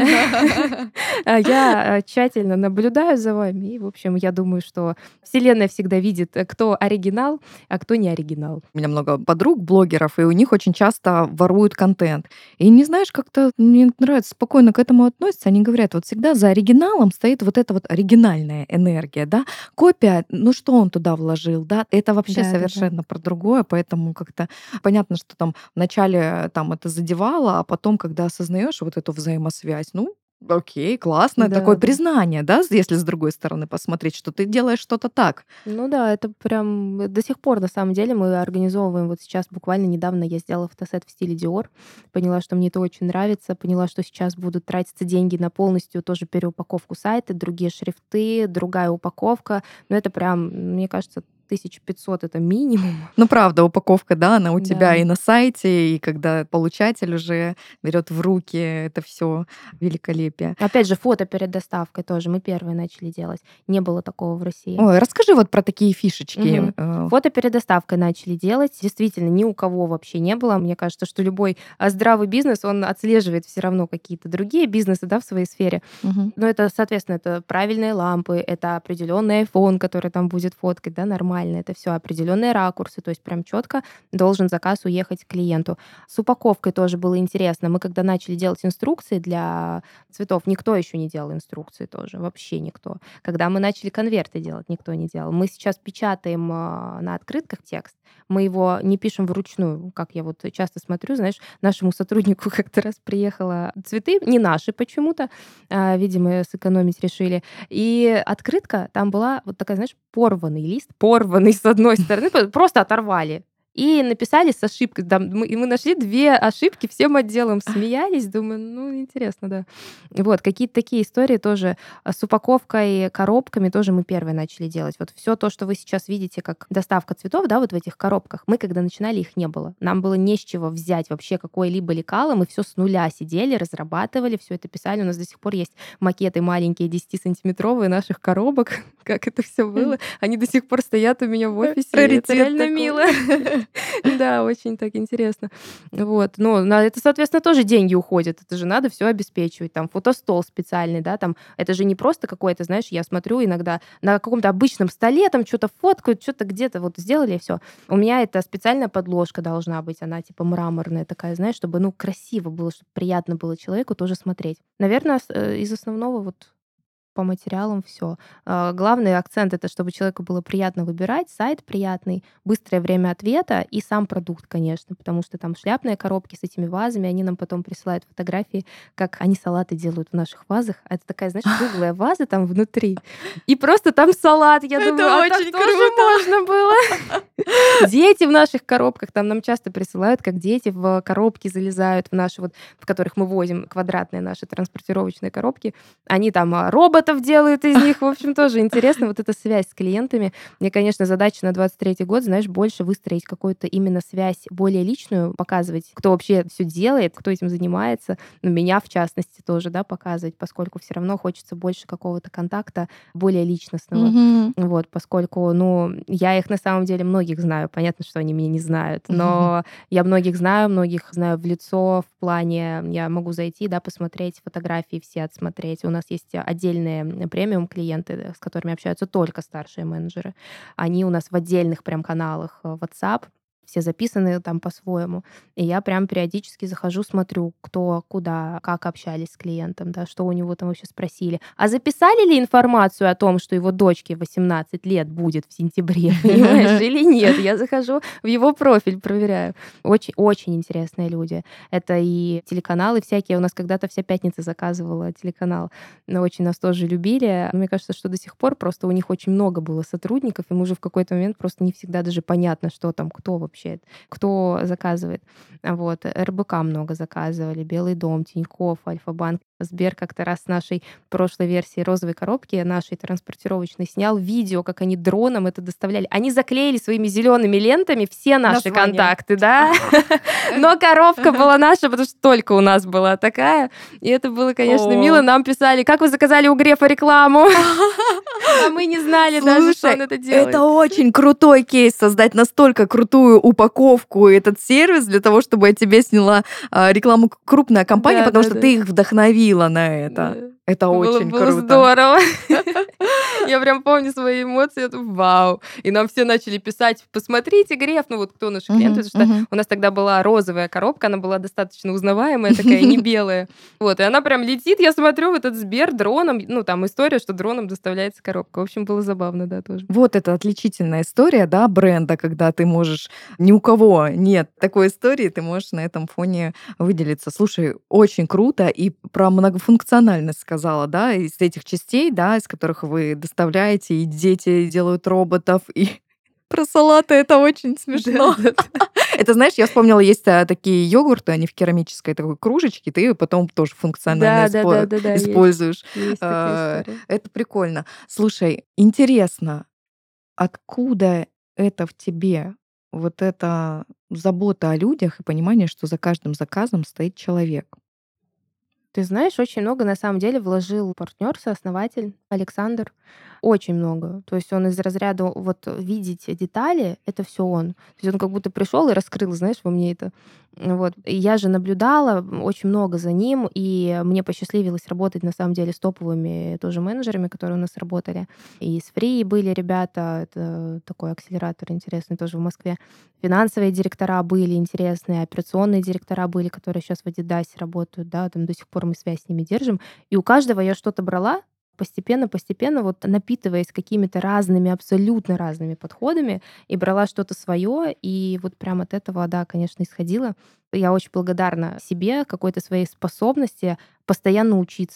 Я тщательно наблюдаю за вами, и, в общем, я думаю, что Вселенная всегда видит, кто оригинал, а кто не оригинал. У меня много подруг, блогеров, и у них очень часто воруют контент. И не знаешь, как-то мне нравится, спокойно к этому относятся. Они говорят, вот всегда за оригиналом стоит вот эта вот оригинальная энергия, да. Копия, ну что он туда вложил, да, это вообще Да-да-да. совершенно про другое, поэтому как-то понятно, что там вначале там это задевало, а потом, когда осознаешь вот эту взаимосвязь, ну, окей, классно, такое Да. признание, да, если с другой стороны посмотреть, что ты делаешь что-то так. Ну да, это прям до сих пор, на самом деле, мы организовываем. Вот сейчас буквально недавно я сделала фотосет в стиле Dior, поняла, что мне это очень нравится, поняла, что сейчас будут тратиться деньги на полностью тоже переупаковку сайта, другие шрифты, другая упаковка. Но это прям, мне кажется, 1500 это минимум. Ну, правда, упаковка, да, она у тебя Да. и на сайте, и когда получатель уже берет в руки это все великолепие. Опять же, фото перед доставкой тоже мы первые начали делать. Не было такого в России. Ой, расскажи вот про такие фишечки. Мгм. Фото перед доставкой начали делать. Действительно, ни у кого вообще не было. Мне кажется, что любой здравый бизнес, он отслеживает все равно какие-то другие бизнесы, да, в своей сфере. Мгм. Но это, соответственно, это правильные лампы, это определенный iPhone, который там будет фоткать, да, нормально. Это все определенные ракурсы, то есть прям четко должен заказ уехать к клиенту. С упаковкой тоже было интересно. Мы когда начали делать инструкции для цветов, никто еще не делал инструкции тоже, вообще никто. Когда мы начали конверты делать, никто не делал. Мы сейчас печатаем на открытках текст, мы его не пишем вручную, как я вот часто смотрю, знаешь, нашему сотруднику как-то раз приехала цветы, не наши почему-то, видимо, сэкономить решили. И открытка там была вот такая, знаешь, порванный лист, порванный с одной стороны, просто оторвали. и написали с ошибкой. Там и мы нашли 2 ошибки, всем отделом смеялись. Думаю, ну, интересно, да. Вот, какие-то такие истории тоже. С упаковкой, коробками тоже мы первые начали делать. Вот все то, что вы сейчас видите, как доставка цветов, да, вот в этих коробках, мы, когда начинали, их не было. Нам было не с чего взять вообще какое-либо лекало. Мы все с нуля сидели, разрабатывали, все это писали. У нас до сих пор есть макеты маленькие, 10-сантиметровые наших коробок, как это все было. Они до сих пор стоят у меня в офисе. Раритет Это реально такой. мило. Да, очень так интересно. Вот. Но на это, соответственно, тоже деньги уходят. Это же надо все обеспечивать. Там фотостол специальный, да, там это же не просто какой-то, знаешь, я смотрю иногда на каком-то обычном столе, там что-то фоткают, что-то где-то вот сделали, и всё. У меня это специальная подложка должна быть, она типа мраморная такая, знаешь, чтобы, ну, красиво было, чтобы приятно было человеку тоже смотреть. Наверное, из основного вот по материалам все. Главный акцент — это чтобы человеку было приятно выбирать, сайт приятный, быстрое время ответа и сам продукт, конечно, потому что там шляпные коробки с этими вазами, они нам потом присылают фотографии, как они салаты делают в наших вазах. Это такая, знаешь, круглая ваза там внутри, и просто там салат. Я Это думаю, а так очень тоже круто. можно было? Дети в наших коробках, там нам часто присылают, как дети в коробки залезают, в наши вот, в которых мы возим квадратные наши транспортировочные коробки. Они там роботов делают из них. В общем, тоже интересно вот эта связь с клиентами. Мне, конечно, задача на 23-й год, знаешь, больше выстроить какую-то именно связь более личную, показывать, кто вообще все делает, кто этим занимается. Ну, меня, в частности, тоже, да, показывать, поскольку все равно хочется больше какого-то контакта более личностного. Мгм. Вот, поскольку, ну, я их на самом деле многих знаю. Понятно, что они меня не знают, но я многих знаю в лицо, в плане я могу зайти, да, посмотреть фотографии все отсмотреть. У нас есть отдельные премиум-клиенты, с которыми общаются только старшие менеджеры. Они у нас в отдельных прям каналах WhatsApp, все записаны там по-своему. И я прям периодически захожу, смотрю, кто куда, как общались с клиентом, да, что у него там вообще спросили. А записали ли информацию о том, что его дочке 18 лет будет в сентябре, понимаешь, или нет? Я захожу в его профиль, проверяю. Очень интересные люди. Это и телеканалы всякие. У нас когда-то вся пятница заказывала телеканал. Но очень нас тоже любили. Мне кажется, что до сих пор просто у них очень много было сотрудников, и мы уже в какой-то момент просто не всегда даже понятно, что там, кто вообще, кто заказывает. Вот. РБК много заказывали, Белый дом, Тинькофф, Альфа-банк. Сбер как-то раз с нашей прошлой версии розовой коробки, нашей транспортировочной, снял видео, как они дроном это доставляли. Они заклеили своими зелеными лентами все наши Название. контакты, да? Но коробка была наша, потому что только у нас была такая. И это было, конечно, О. мило. Нам писали, как вы заказали у Грефа рекламу? А мы не знали даже, что он это делает. Это очень крутой кейс, создать настолько крутую упаковку и этот сервис для того, чтобы о тебе сняла рекламу крупная компания, Да, потому да, что да. ты их вдохновила на это. Да. Это очень Было круто. здорово. Я прям помню свои эмоции. Я думаю, вау. И нам все начали писать, посмотрите, Греф, ну вот кто наши клиенты, потому что у нас тогда была розовая коробка, она была достаточно узнаваемая, такая, не белая. Вот, и она прям летит, я смотрю в этот Сбер дроном, ну там история, что дроном доставляется коробка. В общем, было забавно, да, тоже. Вот это отличительная история, да, бренда, когда ты можешь, ни у кого нет такой истории, ты можешь на этом фоне выделиться. Слушай, очень круто, и про многофункциональность сказала, да, из этих частей, да, из которых вы доставляете, и дети делают роботов, и про салаты это очень смешно. Это, знаешь, я вспомнила, есть такие йогурты, они в керамической такой кружечке, ты потом тоже функционально Да, используешь. есть такая история. Это прикольно. Слушай, интересно, откуда это в тебе? Вот эта забота о людях и понимание, что за каждым заказом стоит человек. Ты знаешь, очень много на самом деле вложил партнер, сооснователь Александр. Очень много. То есть он из разряда вот видеть детали — это все он. То есть он как будто пришел и раскрыл, знаешь, во мне это. Вот. И я же наблюдала очень много за ним, и мне посчастливилось работать на самом деле с топовыми тоже менеджерами, которые у нас работали. И с Free были ребята, это такой акселератор интересный тоже в Москве. Финансовые директора были интересные, операционные директора были, которые сейчас в Адидасе работают, да, там до сих пор мы связь с ними держим. И у каждого я что-то брала, постепенно, вот напитываясь какими-то разными, абсолютно разными подходами, и брала что-то свое, и вот прям от этого, да, конечно, исходила. Я очень благодарна себе, какой-то своей способности постоянно учиться.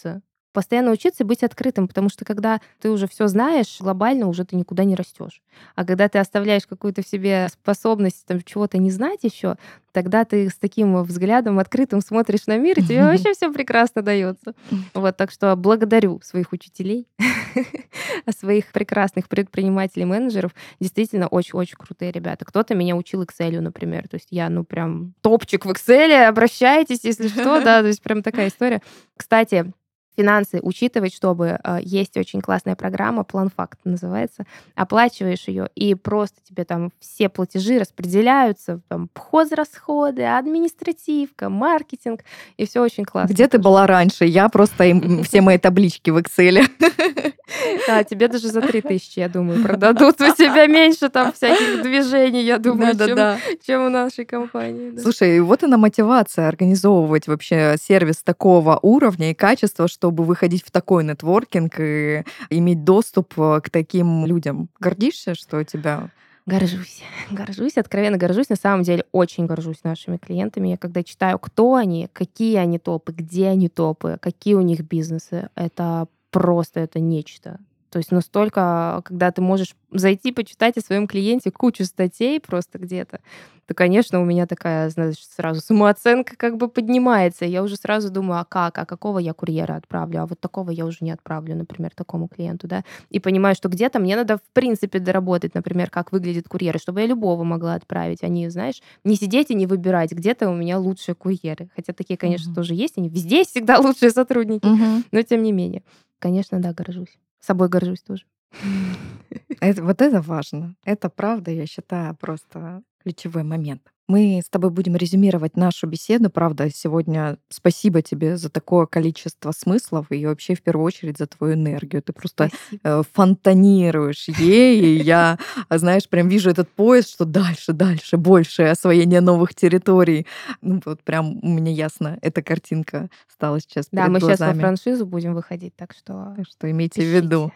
Постоянно учиться и быть открытым, потому что когда ты уже все знаешь, глобально уже ты никуда не растешь. А когда ты оставляешь какую-то в себе способность там, чего-то не знать еще, тогда ты с таким взглядом открытым смотришь на мир, и тебе вообще все прекрасно дается. Вот, так что благодарю своих учителей, своих прекрасных предпринимателей, менеджеров. Действительно, очень-очень крутые ребята. Кто-то меня учил Excel, например. То есть я, прям топчик в Excel, обращайтесь, если что, да, то есть прям такая история. Кстати, финансы учитывать, чтобы есть очень классная программа, план-факт называется. Оплачиваешь ее, и просто тебе там все платежи распределяются, там хозрасходы, административка, маркетинг, и все очень классно. Где ты была раньше? Я просто все мои таблички в Excel. Да, тебе даже за 3000, я думаю, продадут. У тебя меньше там всяких движений, я думаю, чем у нашей компании. Да. Слушай, и вот она мотивация организовывать вообще сервис такого уровня и качества, чтобы выходить в такой нетворкинг и иметь доступ к таким людям. Гордишься, что у тебя... Горжусь, откровенно горжусь. На самом деле очень горжусь нашими клиентами. Я когда читаю, кто они, какие они топы, где они топы, какие у них бизнесы, это просто это нечто. То есть настолько, когда ты можешь зайти почитать о своем клиенте кучу статей просто где-то, то, конечно, у меня такая, знаешь, сразу самооценка как бы поднимается. Я уже сразу думаю, а какого я курьера отправлю, а вот такого я уже не отправлю, например, такому клиенту, да. И понимаю, что где-то мне надо, в принципе, доработать, например, как выглядит курьер, чтобы я любого могла отправить, а не, знаешь, не сидеть и не выбирать, где-то у меня лучшие курьеры. Хотя такие, конечно, тоже есть, они везде всегда лучшие сотрудники, но тем не менее. Конечно, да, горжусь. Собой горжусь тоже. Вот это важно. Это правда, я считаю, просто ключевой момент. Мы с тобой будем резюмировать нашу беседу. Правда, сегодня спасибо тебе за такое количество смыслов и вообще в первую очередь за твою энергию. Ты просто фонтанируешь ей, и я, знаешь, прям вижу этот поезд, что дальше, дальше, больше освоение новых территорий. Вот прям у меня ясно эта картинка стала сейчас перед глазами. Да, мы сейчас во франшизу будем выходить, так что имейте в виду.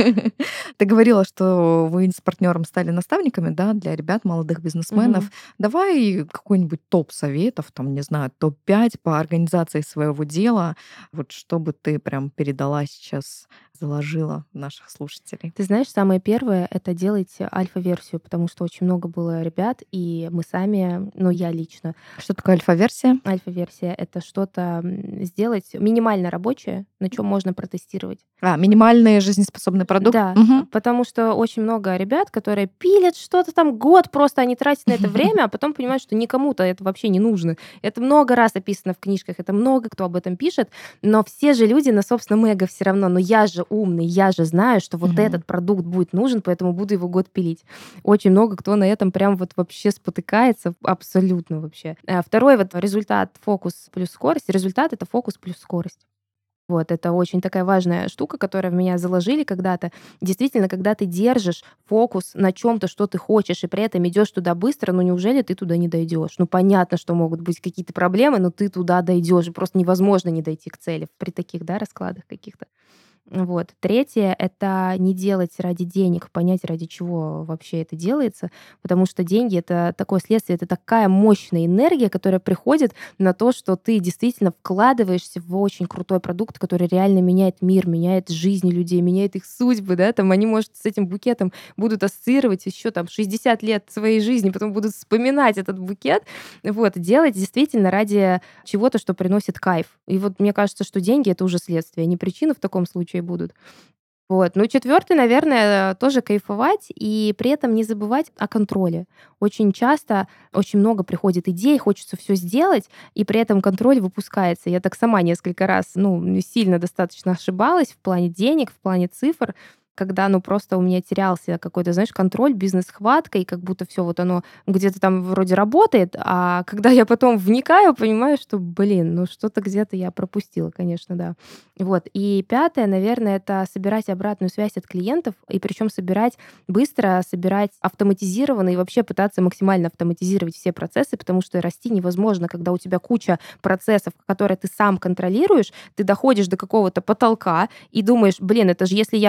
Ты говорила, что вы с партнером стали наставниками, да, для ребят, молодых бизнесменов. Давай какой-нибудь топ советов, там, не знаю, топ-5 по организации своего дела, вот чтобы ты прям передала сейчас, заложила наших слушателей. Ты знаешь, самое первое — это делать альфа-версию, потому что очень много было ребят, и мы сами, я лично. Что такое альфа-версия? Альфа-версия — это что-то сделать минимально рабочее, на чем можно протестировать. Минимальный жизнеспособный продукт? Да, потому что очень много ребят, которые пилят что-то там год, просто они тратят на это время, а потом понимают, что никому-то это вообще не нужно. Это много раз описано в книжках, это много кто об этом пишет, но все же люди на собственном эго все равно. Но я же умный, я же знаю, что вот этот продукт будет нужен, поэтому буду его год пилить. Очень много кто на этом прям вот вообще спотыкается, абсолютно вообще. Второй вот результат фокус плюс скорость. Результат — это фокус плюс скорость. Вот, это очень такая важная штука, которую в меня заложили когда-то. Действительно, когда ты держишь фокус на чем-то, что ты хочешь, и при этом идешь туда быстро, неужели ты туда не дойдешь? Понятно, что могут быть какие-то проблемы, но ты туда дойдешь. Просто невозможно не дойти к цели при таких, раскладах каких-то. Вот. Третье — это не делать ради денег, понять, ради чего вообще это делается, потому что деньги — это такое следствие, это такая мощная энергия, которая приходит на то, что ты действительно вкладываешься в очень крутой продукт, который реально меняет мир, меняет жизни людей, меняет их судьбы, да, там они, может, с этим букетом будут ассоциировать еще там 60 лет своей жизни, потом будут вспоминать этот букет, вот, делать действительно ради чего-то, что приносит кайф. И вот мне кажется, что деньги — это уже следствие, не причина в таком случае будут. Вот. Четвертый, наверное, тоже кайфовать и при этом не забывать о контроле. Очень часто очень много приходит идей, хочется все сделать, и при этом контроль выпускается. Я так сама несколько раз, сильно достаточно ошибалась в плане денег, в плане цифр, когда, просто у меня терялся какой-то, знаешь, контроль, бизнес-хватка, и как будто все вот оно где-то там вроде работает, а когда я потом вникаю, понимаю, что, что-то где-то я пропустила, конечно, да. Вот. И пятое, наверное, это собирать обратную связь от клиентов, и причем собирать быстро, собирать автоматизированно и вообще пытаться максимально автоматизировать все процессы, потому что расти невозможно, когда у тебя куча процессов, которые ты сам контролируешь, ты доходишь до какого-то потолка и думаешь, это же если я вырасту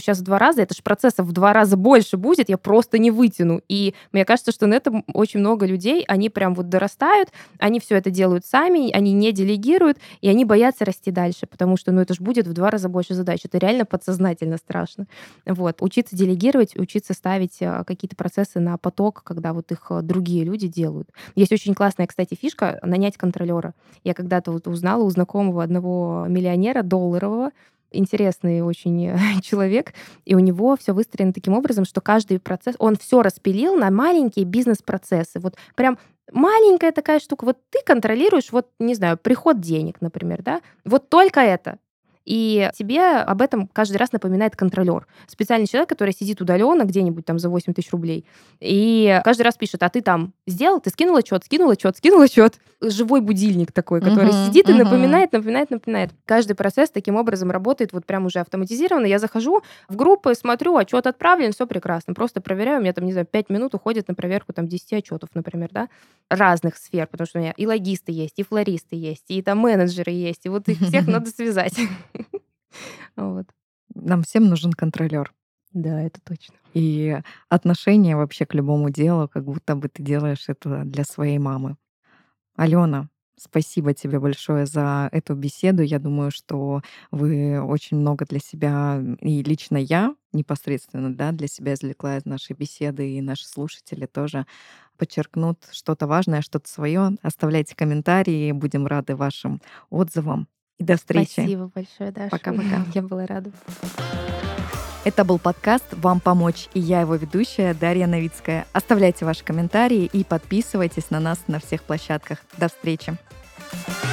сейчас в 2 раза, это же процессов в 2 раза больше будет, я просто не вытяну. И мне кажется, что на этом очень много людей, они прям вот дорастают, они все это делают сами, они не делегируют, и они боятся расти дальше, потому что, это же будет в 2 раза больше задач. Это реально подсознательно страшно. Вот. Учиться делегировать, учиться ставить какие-то процессы на поток, когда вот их другие люди делают. Есть очень классная, кстати, фишка — нанять контролера. Я когда-то вот узнала у знакомого одного миллионера долларового, интересный очень человек, и у него все выстроено таким образом, что каждый процесс, он все распилил на маленькие бизнес-процессы. Вот прям маленькая такая штука. Вот ты контролируешь, вот, не знаю, приход денег, например, да, вот только это. И тебе об этом каждый раз напоминает контролер. Специальный человек, который сидит удаленно где-нибудь там за 8 тысяч рублей. И каждый раз пишет: а ты там сделал, ты скинул отчет, скинул отчет, скинул отчет. Живой будильник такой, который сидит и напоминает. Каждый процесс таким образом работает вот прям уже автоматизированно. Я захожу в группы, смотрю, отчет отправлен, все прекрасно. Просто проверяю, у меня там, не знаю, 5 минут уходит на проверку там 10 отчетов, например, да, разных сфер, потому что у меня и логисты есть, и флористы есть, и там менеджеры есть, и вот их всех надо связать. Вот. Нам всем нужен контролер. Да, это точно. И отношение вообще к любому делу, как будто бы ты делаешь это для своей мамы. Алена, спасибо тебе большое за эту беседу. Я думаю, что вы очень много для себя, и лично я непосредственно, да, для себя извлекла из нашей беседы, и наши слушатели тоже подчеркнут что-то важное, что-то свое. Оставляйте комментарии, будем рады вашим отзывам. И до встречи. Спасибо большое, Даша. Пока-пока. Я была рада. Это был подкаст «Вам помочь», и я его ведущая Дарья Новицкая. Оставляйте ваши комментарии и подписывайтесь на нас на всех площадках. До встречи.